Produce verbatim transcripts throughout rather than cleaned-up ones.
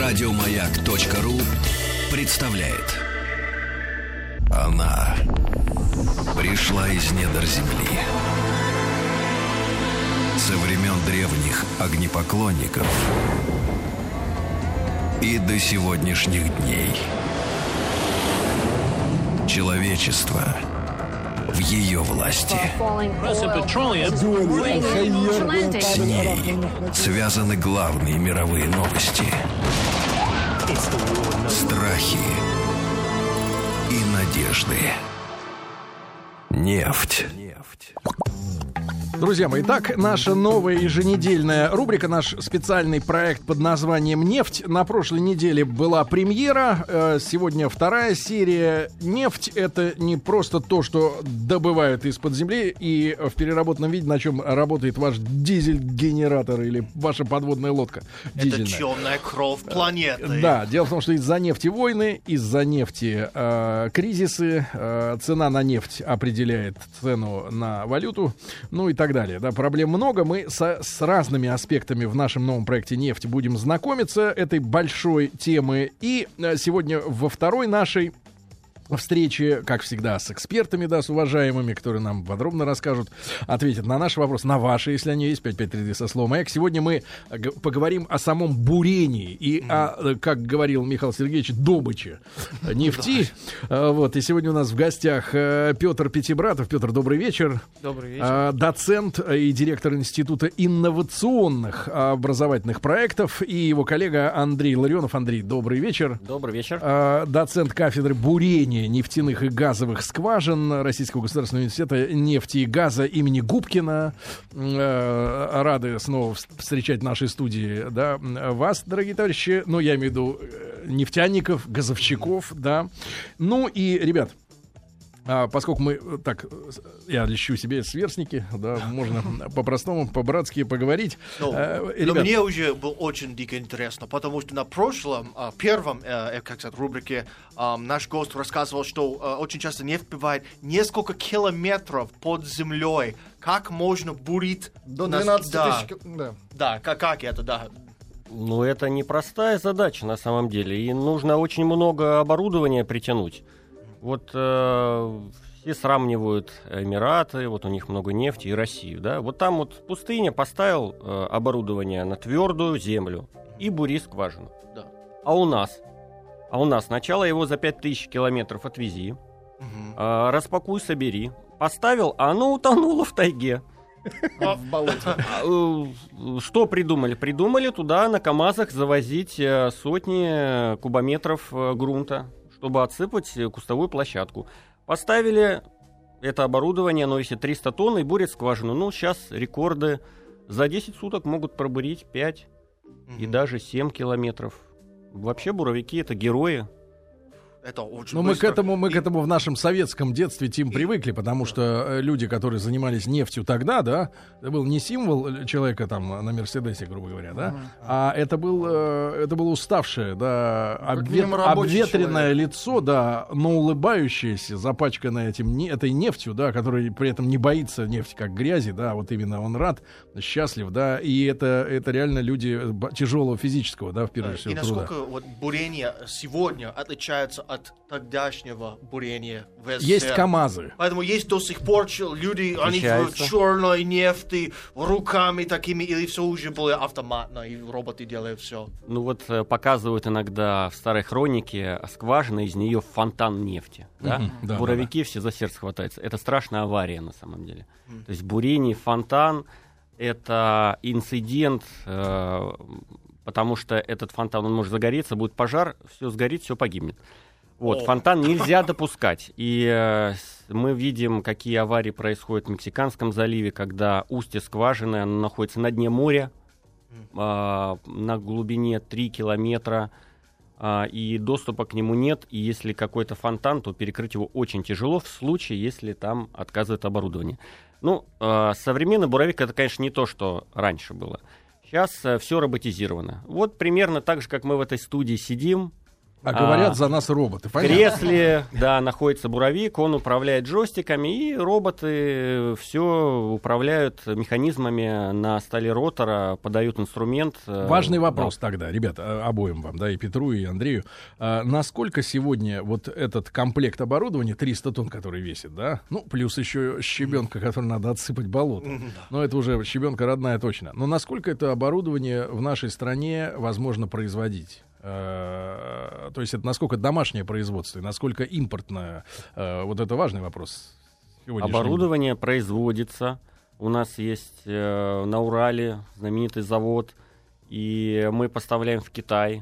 Радиомаяк.ру представляет. Она пришла из недр земли. Со времен древних огнепоклонников и до сегодняшних дней. Человечество в ее власти. С ней связаны главные мировые новости, страхи и надежды. Нефть. Друзья мои, итак, наша новая еженедельная рубрика, наш специальный проект под названием «Нефть». На прошлой неделе была премьера, сегодня вторая серия. Нефть — это не просто то, что добывают из-под земли и в переработанном виде, на чем работает ваш дизель-генератор или ваша подводная лодка дизельная. Это темная кровь планеты. Да, дело в том, что из-за нефти войны, из-за нефти э, кризисы, э, цена на нефть определяет цену на валюту, ну и так далее. Да, проблем много. Мы со, с разными аспектами в нашем новом проекте «Нефть» будем знакомиться этой большой темы. И сегодня во второй нашей встречи, как всегда, с экспертами, да, с уважаемыми, которые нам подробно расскажут, ответят на наши вопросы, на ваши, если они есть, пять пять три со словом «Маяк». Сегодня мы г- поговорим о самом бурении и mm. о, как говорил Михаил Сергеевич, добыче нефти. Вот, и сегодня у нас в гостях Петр Пятибратов. Петр, добрый вечер. Добрый вечер. Доцент и директор Института инновационных образовательных проектов, и его коллега Андрей Ларионов. Андрей, добрый вечер. Добрый вечер. Доцент кафедры бурения нефтяных и газовых скважин Российского государственного университета нефти и газа имени Губкина. Э, рады снова встречать в нашей студии, да, вас, дорогие товарищи. Ну, я имею в виду нефтяников, газовщиков, да. Ну и, ребят, А, поскольку мы, так, я лещу себе сверстники, да, можно по-простому, по-братски поговорить. Ну, а, но ребят, мне уже было очень дико интересно, потому что на прошлом, а, первом, э, как сказать, рубрике а, наш гость рассказывал, что а, очень часто нефть бывает несколько километров под землей. Как можно бурить... До на- двенадцати да, тысяч... Да. да, как, как это, да. Ну, это непростая задача на самом деле, и нужно очень много оборудования притянуть. Вот э, все сравнивают Эмираты, вот у них много нефти, и Россию, да. Вот там вот пустыня, поставил э, оборудование на твердую землю и бури скважину. Да. А у нас? А у нас сначала его за пять тысяч километров отвези, Мгм. э, распакуй, собери, поставил, а оно утонуло в тайге. В болоте. А, э, Что придумали? Придумали туда на КАМАЗах завозить э, сотни кубометров э, грунта, чтобы отсыпать э, кустовую площадку. Поставили это оборудование, оно весит триста тонн и бурит скважину. Ну, сейчас рекорды за десять суток могут пробурить пять и Мгм. даже семь километров. Вообще буровики — это герои. Это очень ну, мы к быстро. этому, мы И- к этому в нашем советском детстве, Тим, привыкли, потому что э, люди, которые занимались нефтью тогда, да, это был не символ человека там на Мерседесе, грубо говоря, да, а это был, э, это было уставшее, да, Как обвет- минимум рабочий обветренное человек. лицо, да, но улыбающееся, запачканное этим, не- этой нефтью, да, который при этом не боится нефти как грязи, да, вот именно он рад, счастлив, да, и это, это реально люди б- тяжелого физического, да, в первую И очередь, труда. насколько вот бурение сегодня отличается от тогдашнего бурения в СССР? Есть КАМАЗы. Поэтому есть до сих пор ч- люди, они в Отличается. черной нефти, руками такими, или все уже было автоматно, и роботы делают все. Ну вот э, показывают иногда в старой хронике скважина, из нее фонтан нефти. Да? Мгм, да, Буровики все за сердце хватаются. Это страшная авария на самом деле. То есть бурение, фонтан — это инцидент, э, потому что этот фонтан, он может загореться, будет пожар, все сгорит, все погибнет. Вот, О. фонтан нельзя допускать. И э, с- мы видим, какие аварии происходят в Мексиканском заливе, когда устье скважины, оно находится на дне моря, а, на глубине три километра, а, и доступа к нему нет. И если какой-то фонтан, то перекрыть его очень тяжело в случае, если там отказывает оборудование. Ну, а, современный буровик — это, конечно, не то, что раньше было. Сейчас все роботизировано. Вот примерно так же, как мы в этой студии сидим, А говорят А, за нас роботы. В Понятно. кресле, да, находится буровик, он управляет джойстиками, и роботы все управляют механизмами на столе ротора, подают инструмент. э, Важный да. вопрос тогда, ребята, обоим вам, да, и Петру, и Андрею. А, насколько сегодня вот этот комплект оборудования, триста тонн, который весит, да, ну, плюс еще щебенка, которую надо отсыпать болото. Но это уже щебенка родная точно. Но насколько это оборудование в нашей стране возможно производить? Э, То есть это насколько домашнее производство, и насколько импортное? Э, Вот это важный вопрос. сегодняшний. Оборудование производится. У нас есть э, на Урале знаменитый завод, и мы поставляем в Китай.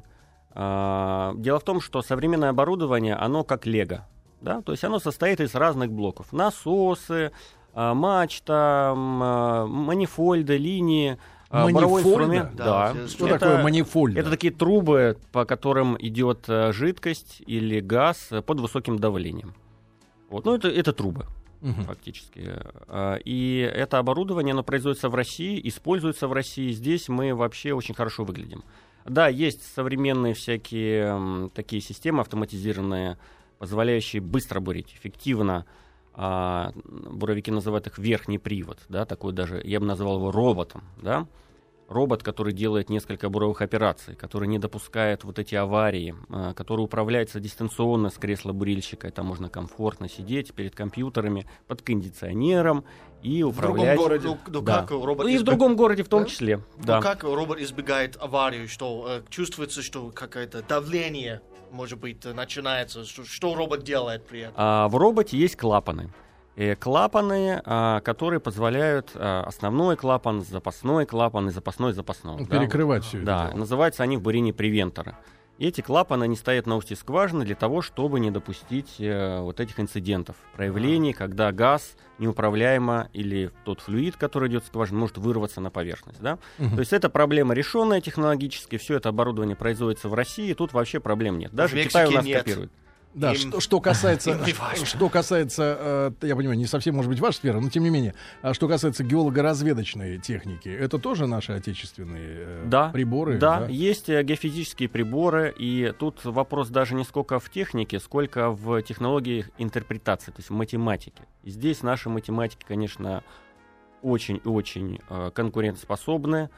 А, дело в том, что современное оборудование, оно как лего. Да? То есть оно состоит из разных блоков. Насосы, а, мачта, м, а, манифольды, линии. а, буровой Манифольда? инструмент. Да, Да. Что Это- такое манифольда? Это такие трубы, по которым идет э, жидкость или газ э, под высоким давлением. Вот. Ну, это, это трубы, Мгм. фактически. А, И это оборудование, оно производится в России, используется в России. Здесь мы вообще очень хорошо выглядим. Да, есть современные всякие м, такие системы автоматизированные, позволяющие быстро бурить, эффективно. А, буровики называют их верхний привод, да, такой даже, я бы назвал его роботом, да. Робот, который делает несколько буровых операций, который не допускает вот эти аварии, а, который управляется дистанционно с кресла бурильщика. Там можно комфортно сидеть перед компьютерами, под кондиционером и В другом управлять. городе. Ну, ну, Да. как робот Ну, и в избег- другом городе в том Да? числе. Ну, Да. как робот избегает аварии, что э, чувствуется, что какое-то давление, может быть, э, начинается, что, что робот делает при этом? А, в роботе есть клапаны. Э, Клапаны, а, которые позволяют а, основной клапан, запасной клапан и запасной запасного. Ну, да. перекрывать все Да, это дело. называются они в бурении превенторы. И эти клапаны, они стоят на устье скважины для того, чтобы не допустить э, вот этих инцидентов, проявлений, когда газ неуправляемо или тот флюид, который идет в скважину, может вырваться на поверхность. Да? Мгм. То есть это проблема решенная технологически, все это оборудование производится в России, тут вообще проблем нет. Даже В Китай у Мексике нас нет. копирует. Да, Им- что, что касается, им не важно. что касается, э, я понимаю, не совсем может быть ваша сфера, но тем не менее, а что касается геолого-разведочной техники, это тоже наши отечественные э, Да, приборы? Да, есть э, геофизические приборы, и тут вопрос даже не сколько в технике, сколько в технологии интерпретации, то есть в математике. И здесь наши математики, конечно, очень и очень э, конкурентоспособны.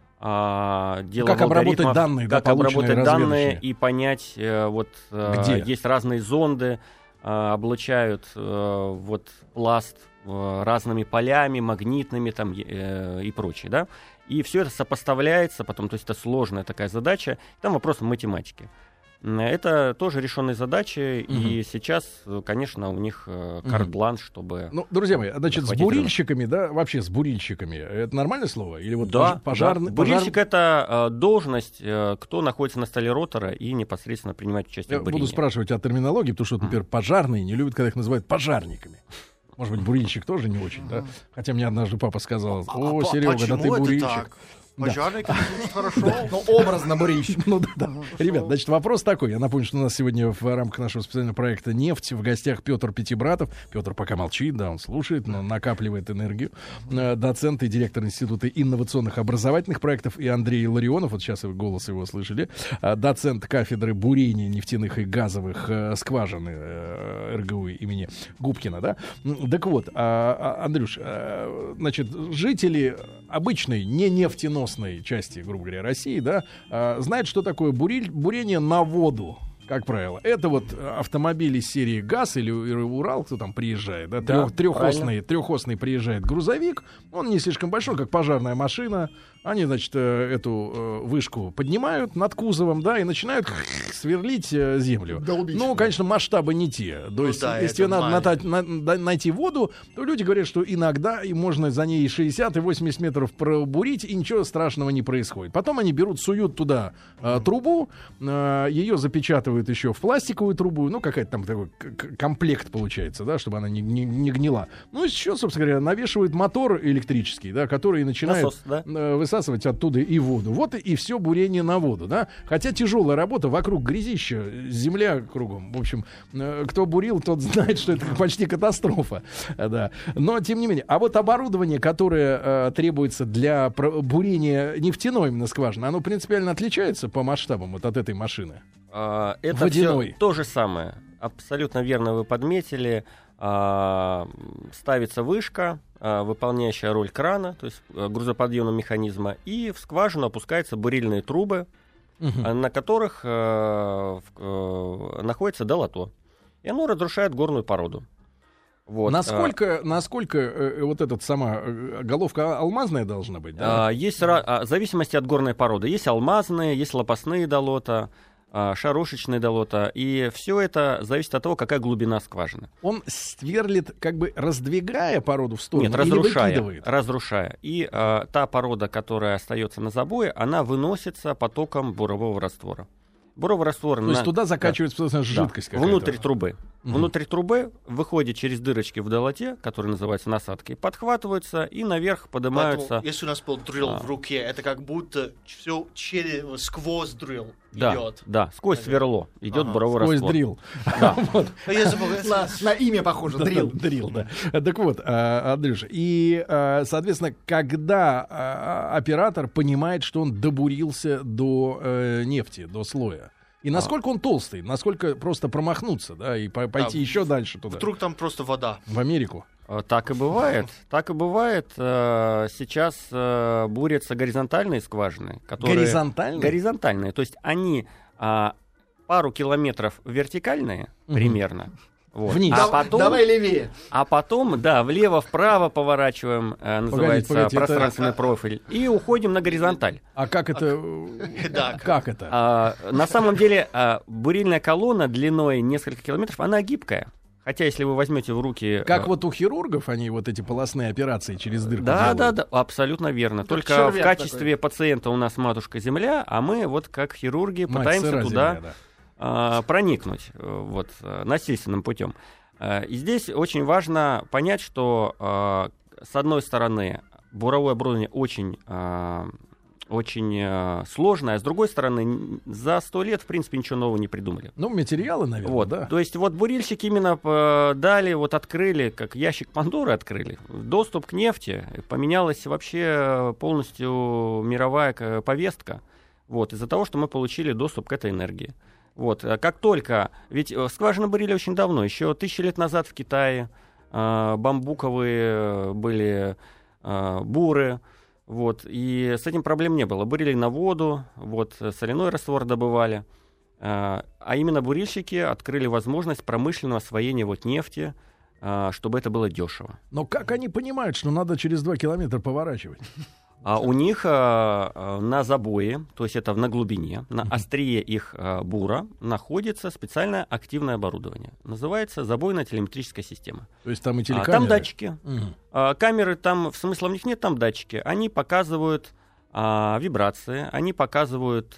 А, дело как в обработать алгоритмах, данные, да, как обработать полученные данные разведывающие. и понять, э, вот э, Где? есть разные зонды, э, облучают э, вот пласт э, разными полями, магнитными там э, и прочее, да. И все это сопоставляется потом, то есть это сложная такая задача. Там вопрос математики. М, Это тоже решенные задачи, и сейчас, э, конечно, у них э, карт-бланш, чтобы... Ну, друзья мои, значит, с Захватить бурильщиками, да, вообще с бурильщиками, это нормальное слово? Или вот Да, пож- пожарный... да. Бурильщик пожар- это э, должность, э, кто находится на столе ротора и непосредственно принимает участие Я в бурении. буду спрашивать о терминологии, потому что, например, пожарные не любят, когда их называют пожарниками. Может быть, бурильщик тоже не очень, да? Хотя мне однажды папа сказал: А- о, а по- Серега, да ты почему это бурильщик. так? Да. Пожарники звучит хорошо. Ну, образно бурильщик. Ну да, да. Ребят, значит, вопрос такой. Я напомню, что у нас сегодня в рамках нашего специального проекта «Нефть» в гостях Петр Пятибратов. Петр пока молчит, да, он слушает, но накапливает энергию. Э, Доцент и директор Института инновационных образовательных проектов. И Андрей Ларионов, вот сейчас вы голос его слышали, э, доцент кафедры бурения нефтяных и газовых э, скважин э, эр гэ у имени Губкина, да? М, Так вот, а, а, Андрюш, э, значит, жители обычной, не нефтеносной части, грубо говоря, России, да, а, знают, что такое буриль, бурение на воду. Как правило, это вот автомобили серии ГАЗ или Урал, кто там приезжает, да, Да, трех- трехосный, трехосный приезжает грузовик, он не слишком большой, как пожарная машина, они, значит, э, эту э, вышку поднимают над кузовом, да, и начинают сверлить э, землю. Долбить. Ну, конечно, масштабы не те. То Ну есть, да, если тебе это надо натать- на- на- найти воду, то люди говорят, что иногда и можно за ней шестьдесят и восемьдесят метров пробурить, и ничего страшного не происходит. Потом они берут, суют туда э, трубу, э, ее запечатывают еще в пластиковую трубу, ну, какая-то там такой к- к- комплект получается, да, чтобы она не, не- не гнила. Ну, и еще, собственно говоря, навешивают мотор электрический, да, который начинает Насос, да? э, высасывать оттуда и воду. Вот и, и все бурение на воду, да. Хотя тяжелая работа, вокруг грязища, земля кругом. В общем, э, кто бурил, тот знает, что это почти катастрофа, э, да. Но тем не менее, а вот оборудование, которое э, требуется для про- бурения нефтяной именно скважины, оно принципиально отличается по масштабам вот от этой машины. А, это Водяной. все то же самое. Абсолютно верно вы подметили. А, ставится вышка, а, выполняющая роль крана, то есть а, грузоподъемного механизма, и в скважину опускаются бурильные трубы, угу. а, на которых а, в, а, находится долото. И оно разрушает горную породу. Вот. Насколько, а, насколько э, вот эта сама э, головка алмазная должна быть? Да? А, есть а, в зависимости от горной породы. Есть алмазные, есть лопастные долота, шарошечные долота, и все это зависит от того, какая глубина скважины. Он сверлит, как бы раздвигая породу в сторону. Нет, разрушая, разрушая. И а, та порода, которая остается на забое, она выносится потоком бурового раствора. Буровый раствор... То на... есть туда закачивается да. жидкость да. какая-то? Внутрь трубы. Угу. Внутрь трубы выходит через дырочки в долоте, которые называются насадки, подхватываются и наверх поднимаются. Поэтому, если у нас был дрилл а... в руке, это как будто все через, сквозь дрилл да, идет. Да, сквозь сверло идет ага. буровой сквозь раствор. Дрилл. На имя похоже, дрилл. Дрилл, да. Так вот, Андрюш, и, соответственно, когда оператор понимает, что он добурился до нефти, до слоя, и насколько он толстый, насколько просто промахнуться, да, и по- пойти а, еще в, дальше туда. Вдруг там просто вода. В Америку. Так и бывает. Так и бывает. Сейчас бурятся горизонтальные скважины. Которые... Горизонтальные? Горизонтальные. То есть они пару километров вертикальные угу. примерно. Вот. Вниз. А потом, давай левее. А потом, да, влево-вправо поворачиваем, э, называется погоди, погоди, пространственный это... профиль, и уходим на горизонталь. А как это? Да, как это? А, на самом деле, а, бурильная колонна длиной несколько километров, она гибкая. Хотя, если вы возьмете в руки... Как а... вот у хирургов они вот эти полостные операции через дырку Да, делают. да, да, абсолютно верно. Как Только в качестве такой. пациента у нас матушка Земля, а мы вот как хирурги Мать пытаемся туда земля, да. а, проникнуть вот, насильственным путем. И здесь очень важно понять, что э, с одной стороны буровое оборудование очень, э, очень э, сложное, а с другой стороны за сто лет в принципе ничего нового не придумали. Ну материалы, наверное, вот. да. То есть вот бурильщики именно э, дали, вот открыли, как ящик Пандоры открыли, доступ к нефти, поменялась вообще полностью мировая повестка, вот, из-за того, что мы получили доступ к этой энергии. Вот, как только, ведь скважины бурили очень давно, еще тысячи лет назад в Китае э, бамбуковые были э, буры, вот, и с этим проблем не было. Бурили на воду, вот, соляной раствор добывали, э, а именно бурильщики открыли возможность промышленного освоения вот нефти, э, чтобы это было дешево. Но как они понимают, что надо через два километра поворачивать? А у них а, на забое, то есть это на глубине, на острие их а, бура находится специальное активное оборудование. Называется забойная телеметрическая система. То есть там и А, телекамеры? там датчики. Угу. А, камеры, там смысла в них нет, там датчики. Они показывают а, вибрации, они показывают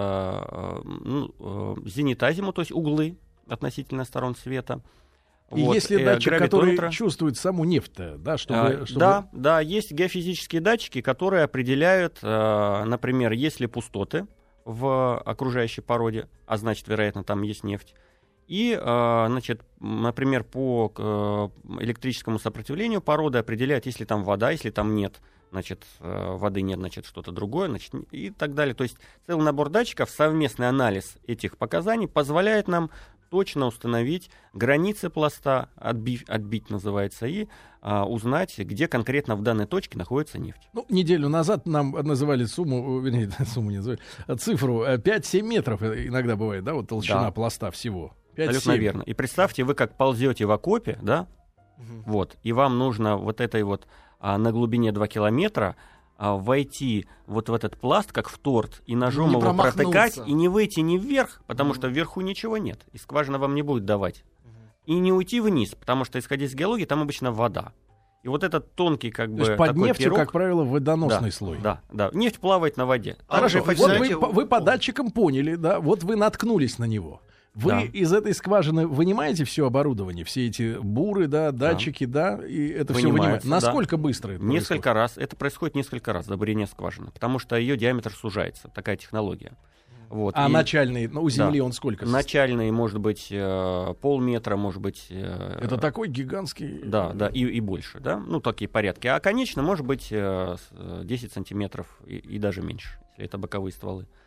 а, ну, а, зенит-азимут, то есть углы относительно сторон света. И вот, есть ли э, датчик, который гравитометра. чувствует саму нефть, да, чтобы, а, чтобы... Да, да, есть геофизические датчики, которые определяют, э, например, есть ли пустоты в окружающей породе, а значит, вероятно, там есть нефть. И, э, значит, например, по э, электрическому сопротивлению породы определяют, есть ли там вода, если там нет, значит, э, воды нет, значит, что-то другое, значит, и так далее. То есть целый набор датчиков, совместный анализ этих показаний позволяет нам точно установить границы пласта, отбить, отбить называется, и а, узнать, где конкретно в данной точке находится нефть. Ну, неделю назад нам называли сумму, вернее, сумму не называли, цифру пять-семь метров иногда бывает, да, вот толщина да. пласта всего. Абсолютно верно. И представьте, вы как ползете в окопе, да, угу. вот, и вам нужно вот этой вот а, на глубине два километра а, войти вот в этот пласт, как в торт, и ножом не его протыкать, и не выйти ни вверх, потому mm-hmm. что вверху ничего нет, и скважина вам не будет давать. Mm-hmm. И не уйти вниз, потому что, исходя из геологии, там обычно вода. И вот этот тонкий, как То бы, есть под такой нефтью, пирог, как правило, водоносный да, слой. Да, да. Нефть плавает на воде. Хорошо, вот вы, вы по датчикам поняли, да, вот вы наткнулись на него. Вы да. из этой скважины вынимаете все оборудование, все эти буры, да, датчики, да, да и это все вынимаете. Насколько да. быстро это Несколько происходит? раз. Это происходит несколько раз, забурение скважины, потому что ее диаметр сужается. Такая технология. Вот. А и, начальный, ну, у Земли да, он сколько? Начальный, может быть, э, полметра, может быть... Э, это такой гигантский... Да, да, и, и больше, да, ну, такие порядки. А конечно, может быть, э, десять сантиметров и, и даже меньше, если это боковые стволы.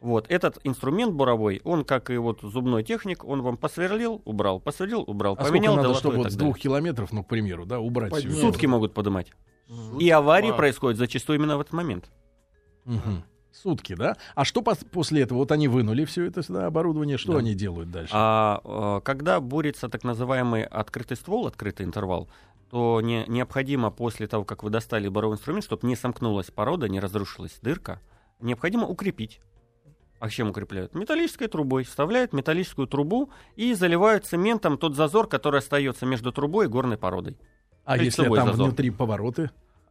Вот, этот инструмент буровой, он, как и вот зубной техник, он вам посверлил, убрал, посверлил, убрал, А поменял, сколько надо, долото чтобы и вот так с далее. двух километров, ну, к примеру, да, убрать всю Поднять. эту- Сутки могут поднимать. И аварии Вау. происходят зачастую именно в этот момент. Мгм. Сутки, да? А что пос- после этого? Вот они вынули все это сюда, оборудование, что Да. они делают дальше? А, а когда бурится так называемый открытый ствол, открытый интервал, то не, необходимо после того, как вы достали буровой инструмент, чтобы не сомкнулась порода, не разрушилась дырка, необходимо укрепить. А чем укрепляют? Металлической трубой. Вставляют металлическую трубу и заливают цементом тот зазор, который остается между трубой и горной породой. А если кольцевой там зазор. внутри повороты?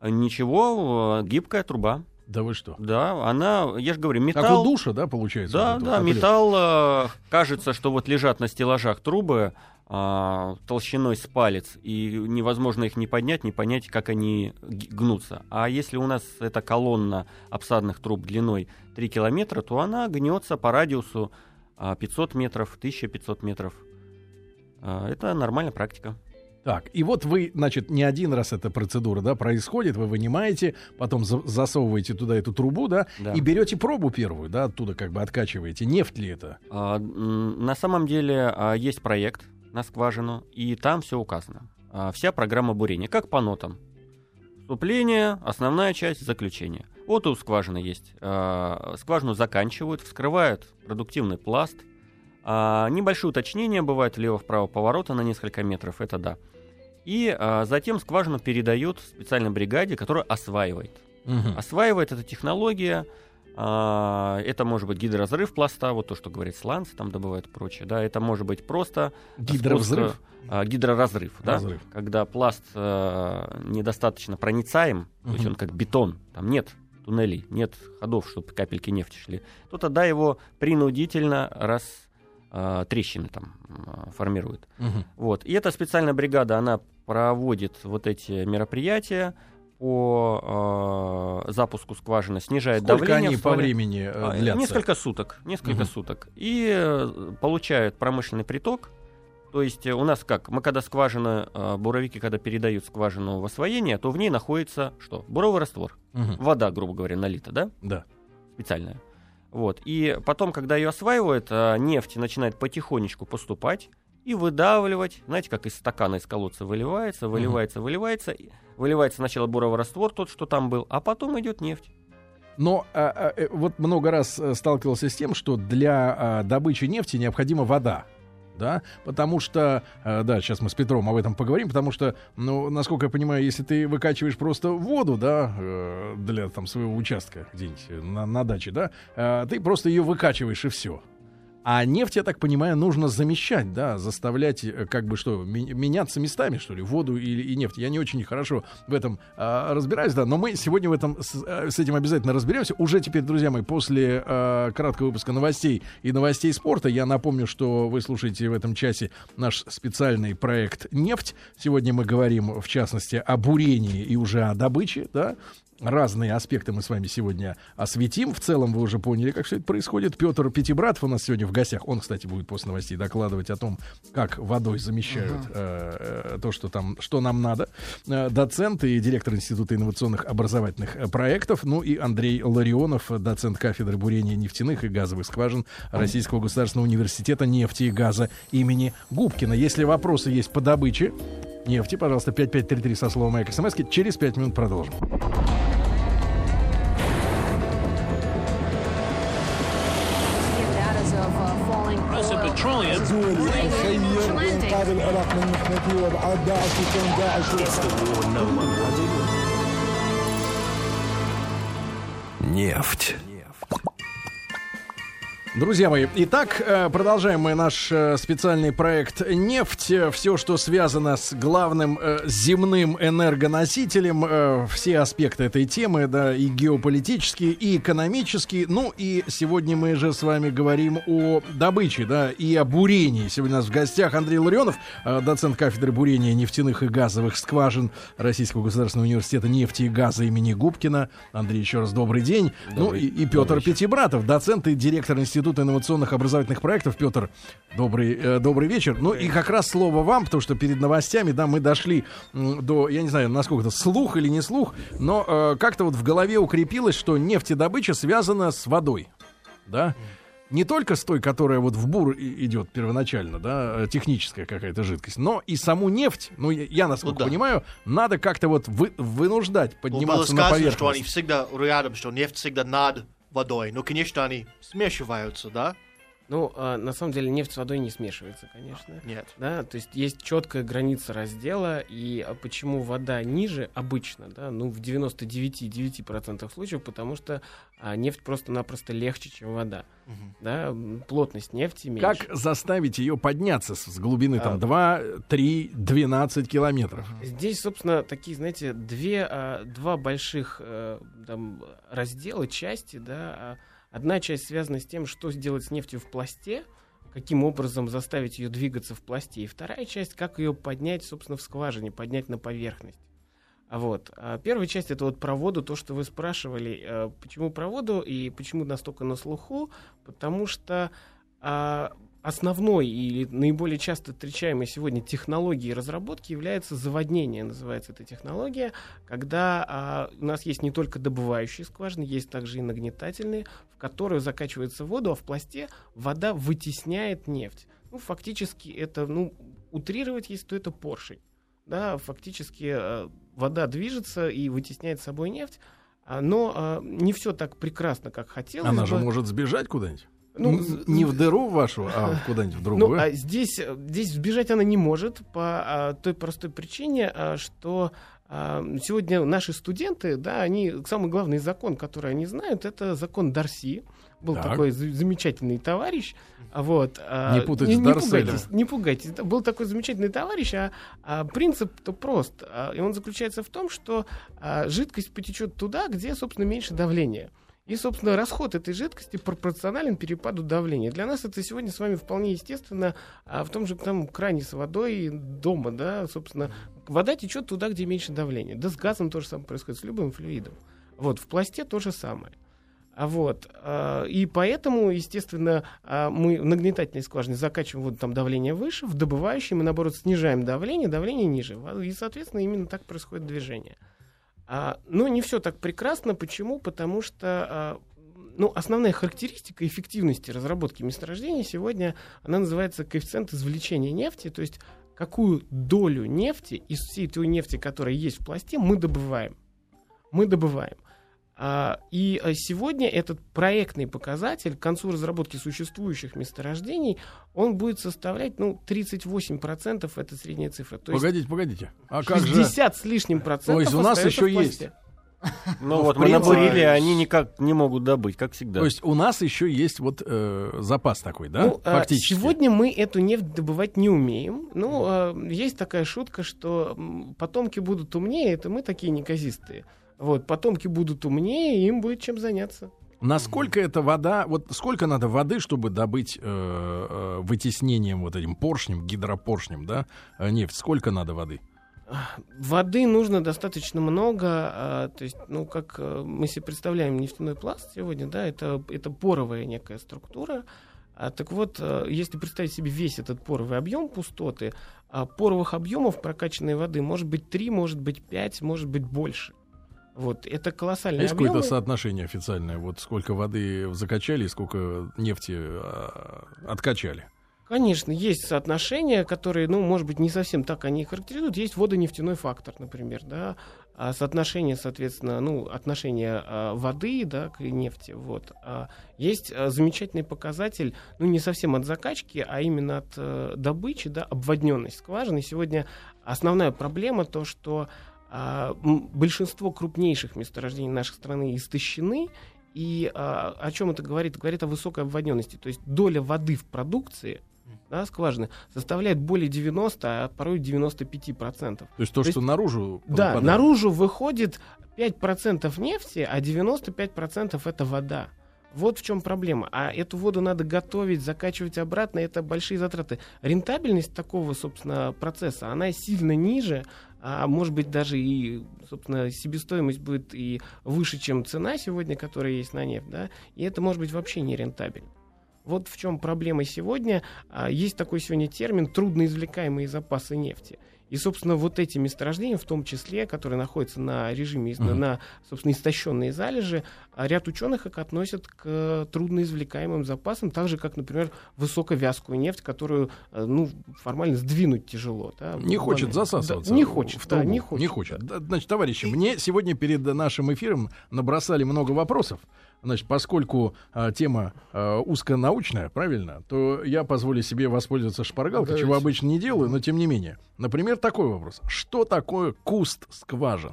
Ничего, э, гибкая труба. Да вы что? Да, она, я же говорю, металл... Как у душа, да, получается? Да, вот это да, вот, металл, э, кажется, что вот лежат на стеллажах трубы э, толщиной с палец, и невозможно их не поднять, не понять, как они г- гнутся. А если у нас эта колонна обсадных труб длиной три километра, то она гнется по радиусу э, пятьсот метров, тысяча пятьсот метров. Э, это нормальная практика. Так, и вот вы, значит, не один раз эта процедура, да, происходит, вы вынимаете, потом за- засовываете туда эту трубу, да, Да. и берете пробу первую, да, оттуда как бы откачиваете. Нефть ли это? А, м, На самом деле а, есть проект на скважину, и там все указано. А, Вся программа бурения, как по нотам. Вступление, основная часть, заключение. Вот и у скважины есть. А, Скважину заканчивают, вскрывают продуктивный пласт. А, Небольшие уточнения бывают влево-вправо поворота на несколько метров, это да. И а, затем скважину передают специальной бригаде, которая осваивает. Мгм. Осваивает эта технология. а, Это может быть гидроразрыв пласта, вот то, что говорит сланцы, там добывают и прочее. Да, это может быть просто Гидровзрыв? спуск, а, гидроразрыв, да, Разрыв. когда пласт а, недостаточно проницаем, то есть Мгм. он как бетон, там нет туннелей, нет ходов, чтобы капельки нефти шли, то тогда его принудительно раз а, трещины там а, формируют. Мгм. Вот. И эта специальная бригада, она проводит вот эти мероприятия по э, запуску скважины, снижает Сколько давление. они в по стволе. времени э, А, длятся? Несколько суток. Несколько Мгм. суток. И э, получают промышленный приток. То есть э, у нас как? Мы когда скважина, э, буровики, когда передают скважину в освоение, то в ней находится что? Буровый раствор. Мгм. Вода, грубо говоря, налита, да? Да. Специальная. Вот. И потом, когда ее осваивают, а, нефть начинает потихонечку поступать и выдавливать. Знаете, как из стакана, из колодца выливается, выливается, выливается. и Выливается сначала буровый раствор, тот, что там был, а потом идет нефть. Но а, а, э, вот много раз э, сталкивался с тем, что для а, добычи нефти необходима вода. Да, потому что, э, да, сейчас мы с Петром об этом поговорим, потому что, ну, насколько я понимаю, если ты выкачиваешь просто воду, да, э, для там своего участка где-нибудь на, на даче, да, э, ты просто ее выкачиваешь и все. А нефть, я так понимаю, нужно замещать, да, заставлять, э, как бы что, ми- меняться местами, что ли, воду или и нефть. Я не очень хорошо в этом а, разбираюсь, да, но мы сегодня в этом с, а, с этим обязательно разберемся. Уже теперь, друзья мои, после а, краткого выпуска новостей и новостей спорта, я напомню, что вы слушаете в этом часе наш специальный проект «Нефть». Сегодня мы говорим, в частности, о бурении и уже о добыче, да. Разные аспекты мы с вами сегодня осветим. В целом вы уже поняли, как все это происходит. Петр Пятибратов у нас сегодня в гостях. Он, кстати, будет после новостей докладывать о том, как водой замещают э, э, то, что там, что нам надо. Э, доцент и директор Института инновационных образовательных э, проектов. Ну и Андрей Ларионов, доцент кафедры бурения нефтяных и газовых скважин Российского государственного университета нефти и газа имени Губкина. Если вопросы есть по добыче нефти, пожалуйста, пять пять три три со словом «Маяк» смс. Через пять минут продолжим. Нефть. Друзья мои, итак, э, продолжаем мы наш э, специальный проект «Нефть». Все, что связано с главным э, земным энергоносителем, э, все аспекты этой темы, да, и геополитические, и экономические. Ну и сегодня мы же с вами говорим о добыче, да, и о бурении. Сегодня у нас в гостях Андрей Ларионов, э, доцент кафедры бурения нефтяных и газовых скважин Российского государственного университета нефти и газа имени Губкина. Андрей, еще раз добрый день. Добрый. Ну и, и Петр Пятибратов, доцент и директор Института Института инновационных образовательных проектов. Петр, добрый, э, добрый вечер. Ну и как раз слово вам, потому что перед новостями, да, мы дошли м, до, я не знаю, насколько это слух или не слух, но э, как-то вот в голове укрепилось, что нефтедобыча связана с водой. да, не только с той, которая вот в бур и- идет первоначально, да, техническая какая-то жидкость, но и саму нефть, ну, я, я насколько Ну да. понимаю, надо как-то вот вы- вынуждать Ну, было подниматься на сказано, что они поверхность. всегда рядом, что нефть всегда над водой. Но, конечно, они смешиваются, да? Ну, а, на самом деле нефть с водой не смешивается, конечно. Нет. Да, то есть есть четкая граница раздела, и а, почему вода ниже обычно, да, ну, в девяносто девять целых девять десятых процента случаев, потому что а, нефть просто-напросто легче, чем вода. Мгм. Да, м, плотность нефти меньше. Как заставить ее подняться с, с глубины А. там два, три, двенадцать километров? Здесь, собственно, такие, знаете, две, а, два больших э, там, раздела, части, да. а, Одна часть связана с тем, что сделать с нефтью в пласте, каким образом заставить ее двигаться в пласте. И вторая часть, как ее поднять, собственно, в скважине, поднять на поверхность. А вот. А первая часть — это вот про воду, то, что вы спрашивали. А почему про воду и почему настолько на слуху? Потому что а, основной или наиболее часто встречаемой сегодня технологией разработки является заводнение, называется эта технология, когда а, у нас есть не только добывающие скважины, есть также и нагнетательные, в которую закачивается воду, а в пласте вода вытесняет нефть. Ну, фактически это, ну, утрировать, если то это поршень. Да, фактически а, вода движется и вытесняет с собой нефть, а, но а, не все так прекрасно, как хотелось Она бы. же может сбежать куда-нибудь. Ну, Н- з- не в дыру вашу, а куда-нибудь в Ну, другую. а здесь, э, здесь сбежать она не может по а, той простой причине, а, что а, сегодня наши студенты, да, они, самый главный закон, который они знают, это закон Дарси. Был Так. такой за- замечательный товарищ. а, Вот, а, Не путать с не Дарселем. пугайтесь, не пугайтесь. Это был такой замечательный товарищ, а, а принцип-то прост. А, и он заключается в том, что а, жидкость потечет туда, где, собственно, меньше давления. И, собственно, расход этой жидкости пропорционален перепаду давления. Для нас это сегодня с вами вполне естественно. А в том же там кране с водой дома, да, собственно, вода течет туда, где меньше давления. Да с газом то же самое происходит, с любым флюидом. Вот, в пласте то же самое. А вот, а, и поэтому, естественно, а, мы в нагнетательной скважине закачиваем воду, там давление выше, в добывающей мы, наоборот, снижаем давление, давление ниже. И, соответственно, именно так происходит движение. А, но не все так прекрасно. Почему? Потому что а, ну, основная характеристика эффективности разработки месторождений сегодня, она называется коэффициент извлечения нефти, то есть какую долю нефти из всей той нефти, которая есть в пласте, мы добываем. Мы добываем. А, и а, сегодня этот проектный показатель к концу разработки существующих месторождений, он будет составлять, ну, тридцать восемь процентов, это средняя цифра. То есть Погодите, погодите. А как же? шестьдесят с лишним процентов. То есть у нас остается еще в пласте. Ну, Ну, вот в мы принципе, набурили, а они никак не могут добыть, как всегда. То есть у нас еще есть вот э, запас такой, да? Ну, а, Фактически. сегодня мы эту нефть добывать не умеем. Ну, а, есть такая шутка, что м, потомки будут умнее, это мы такие неказистые. Вот, потомки будут умнее, им будет чем заняться. Насколько эта вода, вот сколько надо воды, чтобы добыть э, э, вытеснением вот этим поршнем, гидропоршнем, да, э, нефть? Сколько надо воды? Воды нужно достаточно много, а, то есть, ну, как а, мы себе представляем нефтяной пласт сегодня, да, это, это поровая некая структура. А, так вот, а, если представить себе весь этот поровый объем пустоты, а, поровых объемов прокачанной воды может быть три, может быть пять, может быть больше. Вот, это колоссальные Есть объемы. какое-то соотношение официальное? Вот сколько воды закачали и сколько нефти э, откачали? Конечно, есть соотношения, которые, ну, может быть, не совсем так они и характеризуют. Есть водонефтяной фактор, например, да, а соотношение, соответственно, ну, отношение а, воды, да, к нефти, вот. А есть а, замечательный показатель, ну, не совсем от закачки, а именно от а, добычи, да, обводненность скважины. Сегодня основная проблема то, что а, м, большинство крупнейших месторождений нашей страны истощены. И а, о чем это говорит? Говорит о высокой обводненности. То есть доля воды в продукции, да, скважины составляет более девяноста, а порой девяносто пять процентов. То есть то, То что есть, наружу Да, выпадает. наружу выходит пять процентов нефти, а девяносто пять процентов это вода. Вот в чем проблема. А эту воду надо готовить, закачивать обратно, это большие затраты. Рентабельность такого, собственно, процесса, она сильно ниже, а может быть даже и, собственно, себестоимость будет и выше, чем цена сегодня, которая есть на нефть, да, и это может быть вообще не рентабельно. Вот в чем проблема сегодня. Есть такой сегодня термин «трудноизвлекаемые запасы нефти». И, собственно, вот эти месторождения, в том числе, которые находятся на режиме, Мгм. на, собственно, истощенные залежи, а ряд ученых их относят к трудноизвлекаемым запасам, так же, как, например, высоковязкую нефть, которую, э, ну, формально сдвинуть тяжело. Да, Не хочет буквально. засасываться. Да, не хочет, в да, трубу. не хочет. Не хочет. Да, Значит, товарищи, мне сегодня перед нашим эфиром набросали много вопросов. Значит, поскольку а, тема а, узконаучная, правильно, то я позволю себе воспользоваться шпаргалкой, Давайте. чего обычно не делаю, но тем не менее. Например, такой вопрос. Что такое куст скважин?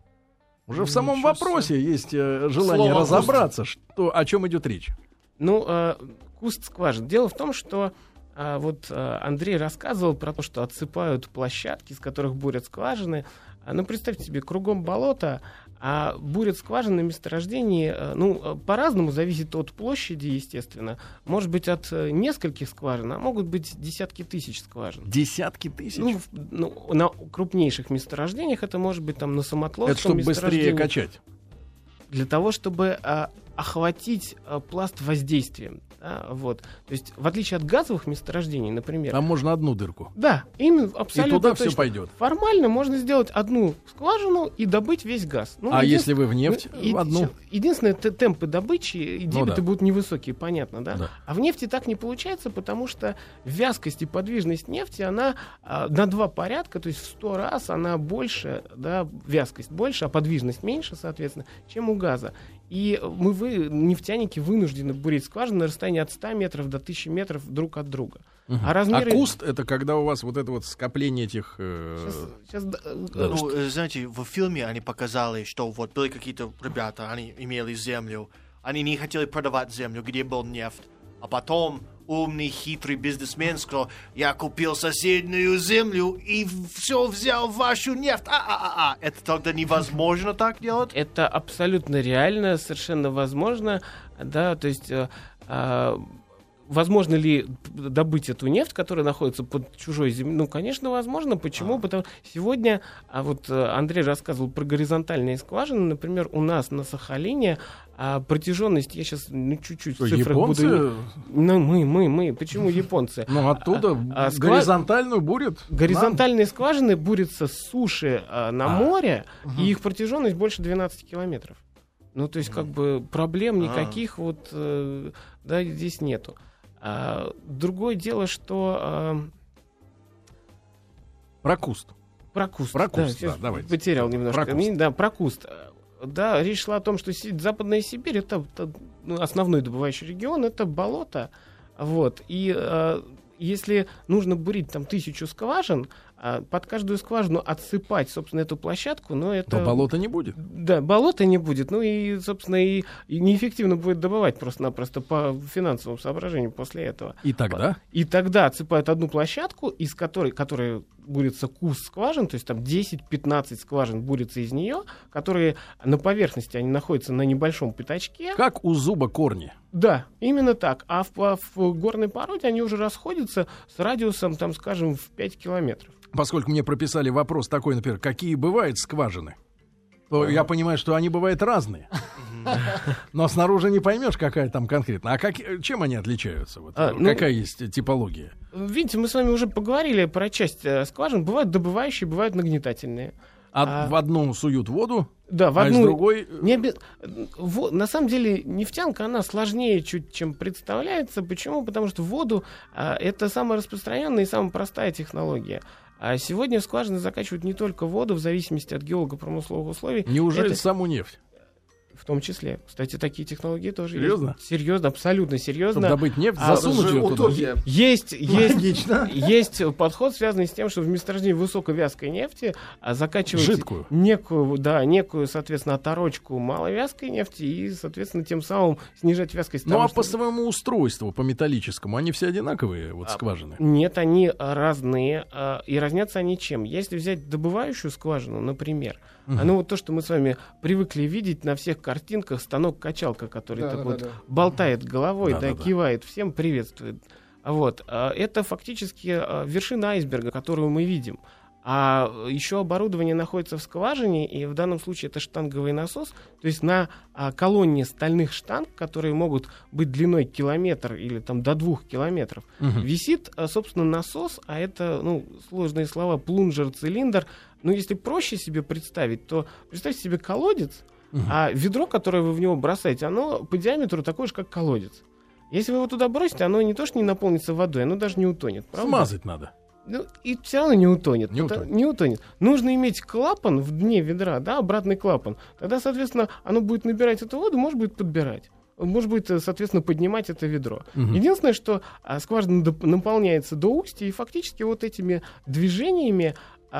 Уже в самом Ничего вопросе есть э, желание Слово «куст». разобраться, что, о чем идет речь. Ну, э, куст скважин. Дело в том, что э, вот э, Андрей рассказывал про то, что отсыпают площадки, из которых бурят скважины. А, ну, представьте себе, кругом болото, а бурят скважины на месторождении, э, ну, э, по-разному, зависит от площади, естественно. Может быть, от э, нескольких скважин, а могут быть десятки тысяч скважин. Десятки тысяч. Ну, в- ну, на крупнейших месторождениях это может быть там на Самотловском Это чтобы быстрее месторождении. качать. Для того, чтобы а, охватить а, пласт воздействием. Да, вот. То есть, в отличие от газовых месторождений, например. Там можно одну дырку. Да, именно И абсолютно туда все точно. пойдет. Формально можно сделать одну скважину и добыть весь газ. Ну, А един- если вы в нефть, ну, и- в одну? щас- Единственное, т- темпы добычи и Ну дебиты да. будут невысокие, понятно, да? Да. А в нефти так не получается, потому что вязкость и подвижность нефти, она а, на два порядка, то есть в сто раз она больше, да, вязкость больше, а подвижность меньше, соответственно, чем у газа. И мы, вы, нефтяники, вынуждены бурить скважины на расстоянии от ста метров до тысячи метров друг от друга. Мгм. А размеры... А куст — это когда у вас вот это вот скопление этих... э, Сейчас, сейчас, да, э, Да. Ну, э, знаете, в фильме они показали, что вот были какие-то ребята, они имели землю, они не хотели продавать землю, где был нефть, а потом умный, хитрый бизнесмен сказал: я купил соседнюю землю и все взял вашу нефть. А-а-а-а. Это тогда невозможно так делать? Это абсолютно реально, совершенно возможно, да, то есть э, э, возможно ли добыть эту нефть, которая находится под чужой землей? Ну, конечно, возможно. Почему? А. Потому что сегодня, а вот э, Андрей рассказывал про горизонтальные скважины, например, у нас на Сахалине а, протяженность, я сейчас ну, чуть-чуть в что, цифрах японцы, буду... Ну, мы, мы, мы. Почему японцы? ну, оттуда А, а, сква- горизонтальную бурят? Горизонтальные скважины бурятся с суши а, на А. море, и их протяженность больше двенадцати километров. Ну, то есть, как бы, проблем А. никаких вот, э, да, здесь нету. А, другое дело, что а, Про куст. про куст. Про куст, сейчас да, давайте. потерял немножко. Про куст. Ми- Да, про куст. Да, речь шла о том, что Си- Западная Сибирь это, это, ну, основной добывающий регион, это болото. Вот. И а, если нужно бурить там тысячу скважин, а, под каждую скважину отсыпать, собственно, эту площадку, но это... То болота не будет. Да, болота не будет, ну и, собственно, и, и неэффективно будет добывать просто-напросто по финансовым соображениям после этого. И тогда? И тогда отсыпают одну площадку, из которой, которая бурится куст скважин, то есть там десять-пятнадцать скважин бурится из нее, которые на поверхности, они находятся на небольшом пятачке. Как у зуба корни. Да, именно так. А в, а в горной породе они уже расходятся с радиусом, там, скажем, в пять километров. Поскольку мне прописали вопрос такой, например, какие бывают скважины, то я понимаю, что они бывают разные. Но снаружи не поймешь, какая там конкретно. А как, чем они отличаются? Вот, А, ну- какая есть типология? Видите, мы с вами уже поговорили про часть э, скважин. Бывают добывающие, бывают нагнетательные. А, А- в одну суют воду, Да, в а из одну... другой... Не обе- во- На самом деле нефтянка, она сложнее чуть, чем представляется. Почему? Потому что воду а, это самая распространенная и самая простая технология. А сегодня в скважины закачивают не только воду, в зависимости от геолого-промысловых условий. Неужели Это- саму нефть? В том числе. Кстати, такие технологии тоже Серьезно? есть. Серьезно, абсолютно Чтобы серьезно. добыть нефть, А, засунуть же ее туда? утопия. Есть, есть, Логично. есть подход, связанный с тем, что в месторождении высоковязкой нефти а, закачивать Жидкую. некую, да, некую, соответственно, оторочку маловязкой нефти и, соответственно, тем самым снижать вязкость. Ну того, а что- по своему устройству, по металлическому, они все одинаковые, вот скважины? Нет, они а, разные, а, и разнятся они чем? Если взять добывающую скважину, например, а, ну вот то, что мы с вами привыкли видеть на всех картинках, станок-качалка, который Да, так да, вот да, да. болтает головой, да, Да-да-да. кивает, всем приветствует. Вот. а, Это фактически а, вершина айсберга, которую мы видим. А еще оборудование находится в скважине, и в данном случае это штанговый насос. То есть на а, колонне стальных штанг, которые могут быть длиной километр или там до двух километров, Мгм. висит, а, собственно, насос, а это, ну, сложные слова, плунжер, цилиндр. Ну, если проще себе представить, то представьте себе колодец, Мгм. а ведро, которое вы в него бросаете, оно по диаметру такое же, как колодец. Если вы его туда бросите, оно не то что не наполнится водой, оно даже не утонет. Правда? Смазать надо. Ну, и все равно не утонет. Не Потому- утонет. не утонет. Нужно иметь клапан в дне ведра, да, обратный клапан. Тогда, соответственно, оно будет набирать эту воду, может быть, подбирать. Может быть, э, соответственно, поднимать это ведро. Мгм. Единственное, что а, скважина доп- наполняется до устья, и фактически вот этими движениями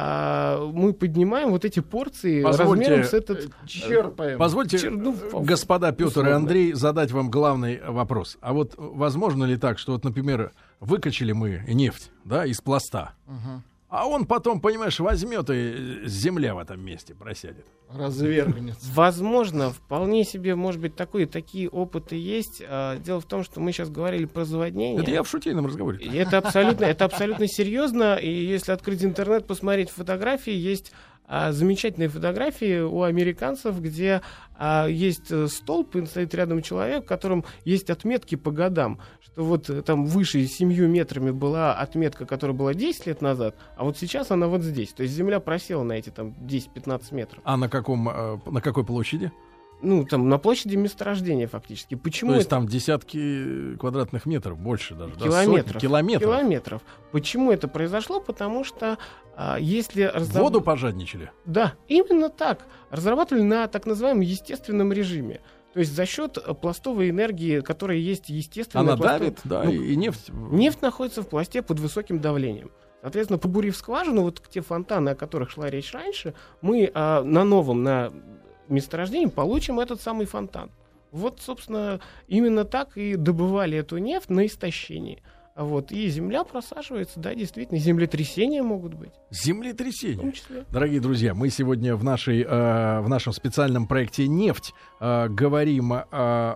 а, мы поднимаем вот эти порции Позвольте, размером с этот... Черпаем. Позвольте, Чер- ну, э, господа Петр и условно. Андрей, задать вам главный вопрос. А вот возможно ли так, что вот, например, выкачали мы нефть, да, из пласта, Мгм. а он потом, понимаешь, возьмет и земля в этом месте просядет? Развергнется. Возможно, вполне себе, может быть, такое, такие опыты есть. А, Дело в том, что мы сейчас говорили про заводнение. Это я в шутейном разговоре. И это абсолютно, это абсолютно серьезно. И если открыть интернет, посмотреть фотографии, есть а, замечательные фотографии у американцев, где а, есть э, столб, и стоит рядом человек, в котором есть отметки по годам. Что вот э, там выше семью метрами была отметка, которая была десять лет назад, а вот сейчас она вот здесь. То есть Земля просела на эти там десять-пятнадцать метров. А на каком, э, на какой площади? Ну, там на площади месторождения фактически. Почему То есть это? там десятки квадратных метров, больше даже. да, Километров. сотни километров. Километров. Почему это произошло? Потому что а, если... разраб- Воду пожадничали. Да, именно так. Разрабатывали на так называемом естественном режиме. То есть за счет э, пластовой энергии, которая есть естественная... Она пластовая- давит, да, Ну, и, и нефть. Нефть находится в пласте под высоким давлением. Соответственно, побурив скважину, вот те фонтаны, о которых шла речь раньше, мы а, на новом, на месторождении получим этот самый фонтан. Вот, собственно, именно так и добывали эту нефть на истощении. А Вот, и земля просаживается, да, действительно, землетрясения могут быть, в том Землетрясение. числе. Дорогие друзья, мы сегодня в, нашей, э, в нашем специальном проекте «Нефть» э, говорим э,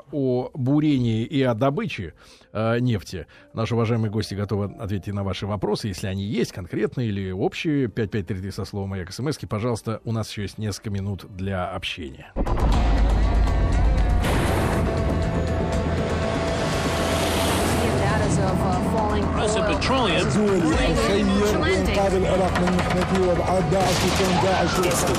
о бурении и о добыче э, нефти. Наши уважаемые гости готовы ответить на ваши вопросы, если они есть, конкретные или общие. пять пять три три со словом «Маяк» смс-ки. Пожалуйста, у нас еще есть несколько минут для общения. Russian petroleum. إنقاذ العراق من محنته وابعاد داعش وكون داعش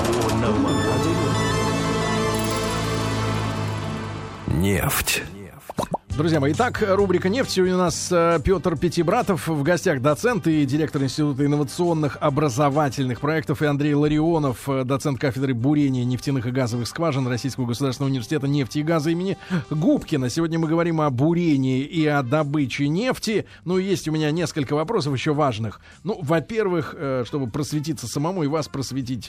Нефть. Друзья мои, итак, рубрика «Нефть». Сегодня у нас э, Петр Пятибратов, в гостях доцент и директор Института инновационных образовательных проектов, и Андрей Ларионов, э, доцент кафедры бурения нефтяных и газовых скважин Российского государственного университета нефти и газа имени Губкина. Сегодня мы говорим о бурении и о добыче нефти. Ну, и есть у меня несколько вопросов еще важных. Ну, во-первых, э, чтобы просветиться самому и вас просветить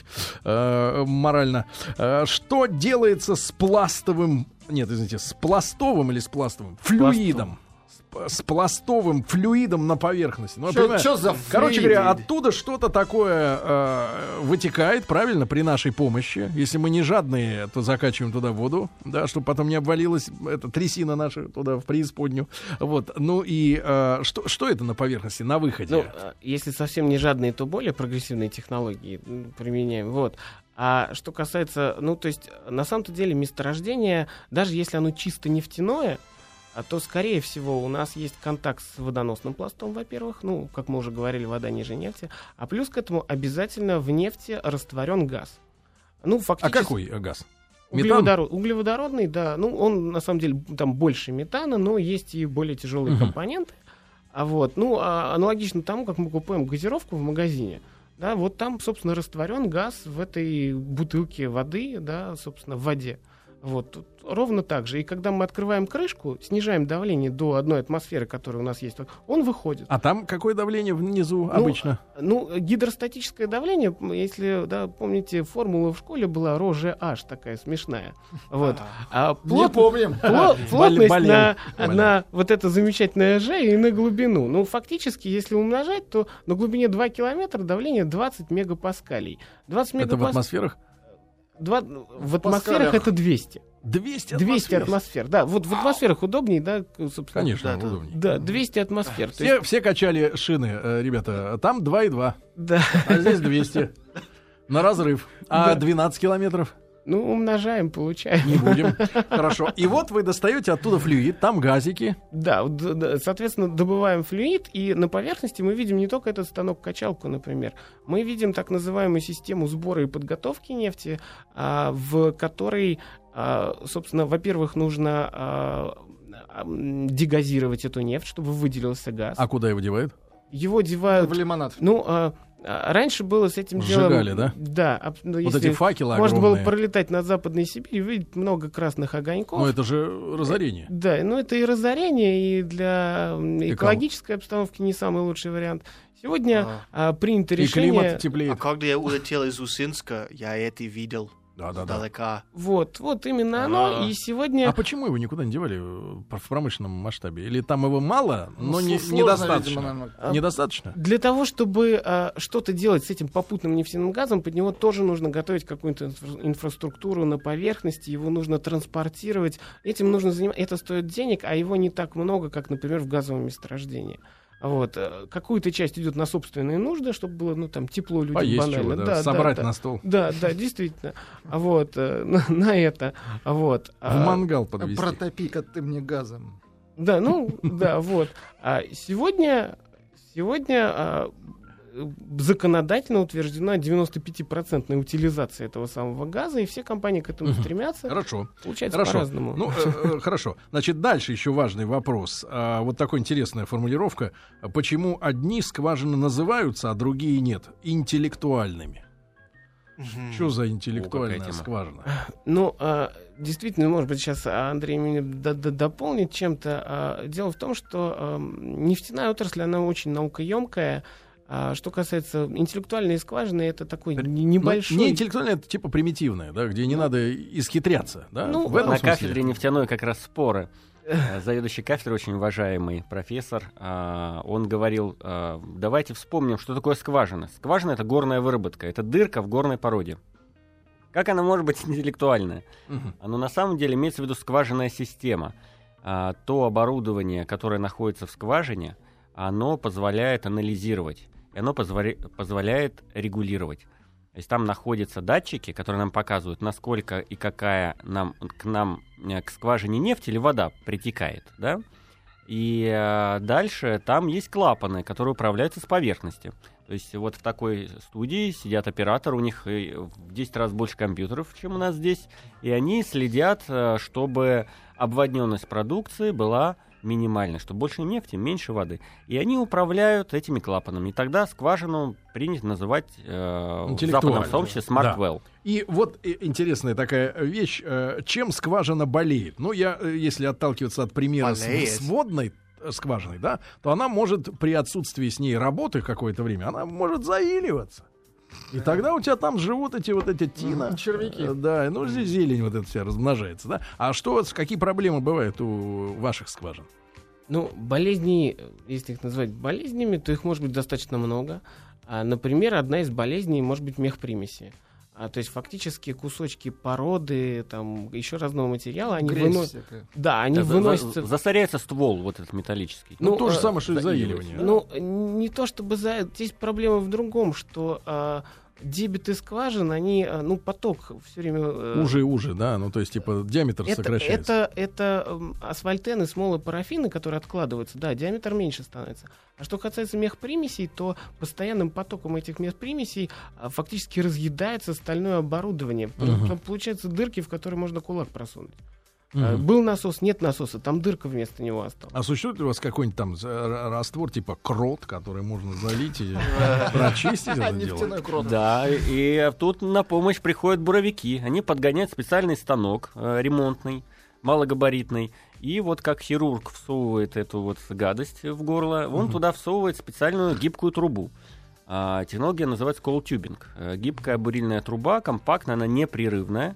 э, морально. Э, что делается с пластовым Нет, извините, с пластовым или с пластовым? Флюидом. С, с пластовым флюидом на поверхности. Ну, Чё- понимаю, чё за короче флюид? говоря, оттуда что-то такое э, вытекает, правильно, при нашей помощи. Если мы не жадные, то закачиваем туда воду, да, чтобы потом не обвалилась эта трясина наша туда в преисподнюю. Вот. Ну и э, что, что это на поверхности, на выходе? Ну, э, если совсем не жадные, то более прогрессивные технологии м, применяем. Вот. А что касается, ну, то есть, на самом-то деле, месторождение, даже если оно чисто нефтяное, а то, скорее всего, у нас есть контакт с водоносным пластом, во-первых, ну, как мы уже говорили, вода ниже нефти, а плюс к этому обязательно в нефти растворен газ. Ну, А фактически... какой э, газ? Метан? Углеводород, углеводородный, да. Ну, он, на самом деле, там больше метана, но есть и более тяжелые Мгм. компоненты. А вот, ну, а аналогично тому, как мы покупаем газировку в магазине, да, вот там, собственно, растворен газ в этой бутылке воды, да, собственно, в воде. Вот, тут ровно так же. И когда мы открываем крышку, снижаем давление до одной атмосферы, которая у нас есть, он выходит. А там какое давление внизу Ну, обычно? Ну, гидростатическое давление, м, если, да, помните, формула в школе была РО-ЖH, такая смешная. Вот. А Не плот- помним. пло- плотность болели. на, Болели. на вот это замечательное Ж и на глубину. Ну, фактически, если умножать, то на глубине два километра давление двадцать мегапаскалей. двадцать Это в мегапас- атмосферах? два- в атмосферах паскалях. это двести. двести, двести атмосфер. атмосфер. Да, вот в атмосферах удобнее, да, собственно. Конечно, Да, да. удобнее. Да, двести атмосфер. То Все, есть, все качали шины, э, ребята, там два и два, да. а здесь двести. На разрыв. А Да. двенадцать километров? Ну, умножаем, получаем. Не будем. Хорошо. И вот вы достаете оттуда флюид, там газики. Да, вот, д- д- соответственно, добываем флюид, и на поверхности мы видим не только этот станок-качалку, например, мы видим так называемую систему сбора и подготовки нефти, а, в которой, а, собственно, во-первых, нужно а, а, м, дегазировать эту нефть, чтобы выделился газ. А куда его девают? Его девают... В лимонад. Ну, а, а, раньше было с этим Сжигали, делом... да? Да. а, ну, Вот если эти факелы можно огромные. было пролетать над Западной Сибирью, видеть много красных огоньков. Ну это же разорение. Да, ну это и разорение, и для м, И экологической обстановки не самый лучший вариант. Сегодня Ага. а, принято И решение... климат А теплеет. когда я улетел из Усинска, я это видел Да-да-да. издалека. Вот, вот именно оно. А. И сегодня... А почему его никуда не девали э, в промышленном масштабе? Или там его мало, но Ну, не, сложно, недостаточно? видимо, наверное. А, Недостаточно? Для того, чтобы а, что-то делать с этим попутным нефтяным газом, под него тоже нужно готовить какую-то инфра- инфраструктуру на поверхности, его нужно транспортировать. Этим нужно заниматься. Это стоит денег, а его не так много, как, например, в газовом месторождении. Вот. э, Какую-то часть идет на собственные нужды, чтобы было, ну, там, тепло людям Поесть банально. чего, да, Да, да, собрать да. на стол. Да, да, действительно. А Вот, э, на, на это. А Вот. В А, мангал подвести. Протопи-ка ты мне газом. Да, ну, да, вот. А сегодня, сегодня а, законодательно утверждена девяносто пять процентов утилизация этого самого газа, и все компании к этому Мгм. стремятся. Хорошо. Получается Хорошо. по-разному. Ну, э, э, хорошо. Значит, дальше еще важный вопрос. А, вот такая интересная формулировка. Почему одни скважины называются, а другие нет? Интеллектуальными. Мгм. Что за интеллектуальная тема. скважина? Ну, а, действительно, может быть, сейчас Андрей меня д- д- дополнит чем-то. А, Дело в том, что а, нефтяная отрасль, она очень наукоемкая. А что касается интеллектуальной скважины, это такой н- небольшой... Ну, не интеллектуальная, это типа примитивная, да, где не надо исхитряться. Да? Ну, в этом На смысле. кафедре нефтяной как раз споры. Э, Заведующий кафедрой, очень уважаемый профессор, а, он говорил, а, давайте вспомним, что такое скважина. Скважина — это горная выработка, это дырка в горной породе. Как она может быть интеллектуальная? Мгм. Но на самом деле имеется в виду скважинная система. А, то оборудование, которое находится в скважине, оно позволяет анализировать, и оно позволя- позволяет регулировать. То есть там находятся датчики, которые нам показывают, насколько и какая нам, к нам, э, к скважине нефть или вода притекает, да? И э, дальше там есть клапаны, которые управляются с поверхности. То есть вот в такой студии сидят операторы, у них э, в десять раз больше компьютеров, чем у нас здесь, и они следят, э, чтобы обводненность продукции была минимальной, чтобы больше нефти, меньше воды. И они управляют этими клапанами. И тогда скважину принято называть э, в Интеллектуально. западном сообществе Smart Да. Well. И вот э, интересная такая вещь. э, Чем скважина болеет? Ну, я, э, если отталкиваться от примера с, Болеет. с водной э, скважиной, да, то она может при отсутствии с ней работы какое-то время, она может заиливаться. И тогда у тебя там живут эти вот эти тина. Червяки. Э, Да, ну здесь зелень вот эта вся размножается, да. А что, какие проблемы бывают у ваших скважин? Ну, болезни, если их назвать болезнями, то их может быть достаточно много. А, например, одна из болезней может быть мехпримеси. А, то есть фактически кусочки породы, там, еще разного материала, они Грязь выно- всякая. Да, они Да, за- выносятся... за- засоряется ствол вот этот металлический. Ну, то же э, самое, что и заиливать. заиливание. Ну, не то чтобы за... Здесь проблема в другом, что а, дебиты скважин, они, а, ну, поток все время... э, Уже и уже, да, ну то есть типа диаметр это, сокращается. это, это м, асфальтены, смолы, парафины, которые откладываются, да, диаметр меньше становится. А что касается мехпримесей, то постоянным потоком этих мехпримесей а, фактически разъедается стальное оборудование. Мгм. Там получаются дырки, в которые можно кулак просунуть. Мгм. А, был насос, нет насоса, там дырка вместо него осталась. А существует ли у вас какой-нибудь там э, раствор типа крот, который можно залить и прочистить это дело? Нефтяной крот. Да, и тут на помощь приходят буровики. Они подгоняют специальный станок э, ремонтный, малогабаритный. И вот как хирург всовывает эту вот гадость в горло, он туда всовывает специальную гибкую трубу. А, технология называется колл-тюбинг. Э, Гибкая бурильная труба, компактная, она непрерывная.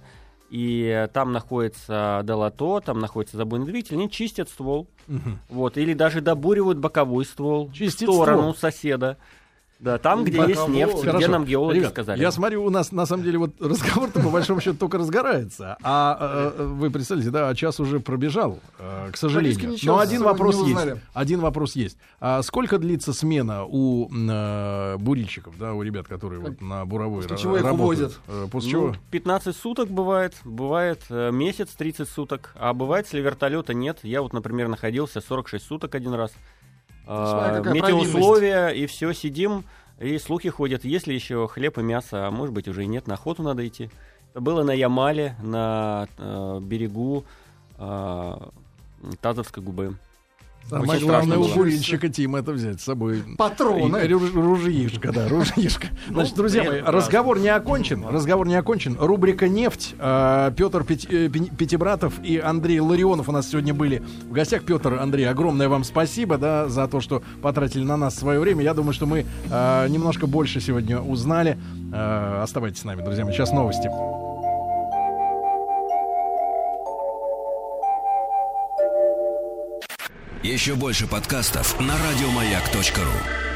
И там находится долото, там находится забойный двигатель, они чистят ствол. Мгм. Вот, или даже добуривают боковой ствол Чистит в сторону ствол. соседа. Да, там, где есть нефть, где Хорошо. нам геологи Ребят, сказали. я смотрю, у нас на самом деле вот разговор-то по большому счету только разгорается. А э, вы представляете, да, а час уже пробежал, э, к сожалению. Практически ничего Но один сегодня вопрос не есть. узнали. Один вопрос есть. А сколько длится смена у э, бурильщиков, да, у ребят, которые вот на буровой После ра- чего их работают? Э, После чего? Ну, пятнадцать суток бывает, бывает э, месяц, тридцать суток, а бывает, если вертолета нет. Я вот, например, находился сорок шесть суток один раз. Смотря Э, какая метеоусловия, и все, сидим, и слухи ходят, есть ли еще хлеб и мясо, а может быть уже и нет, на охоту надо идти. Это было на Ямале, на э, берегу э, Тазовской губы. Самое Очень главное страшно у было. бурильщика Тима это взять с собой. Патроны. И руж- Ружьишко, да, ружьишко. Значит, друзья мои, разговор не окончен. Разговор не окончен. Рубрика «Нефть». А, Петр Пяти- э, Пи- Пятибратов и Андрей Ларионов у нас сегодня были в гостях. Петр, Андрей, огромное вам спасибо, да, за то, что потратили на нас свое время. Я думаю, что мы а, немножко больше сегодня узнали. А, Оставайтесь с нами, друзья мои. Сейчас новости. Еще больше подкастов на радиомаяк точка ру.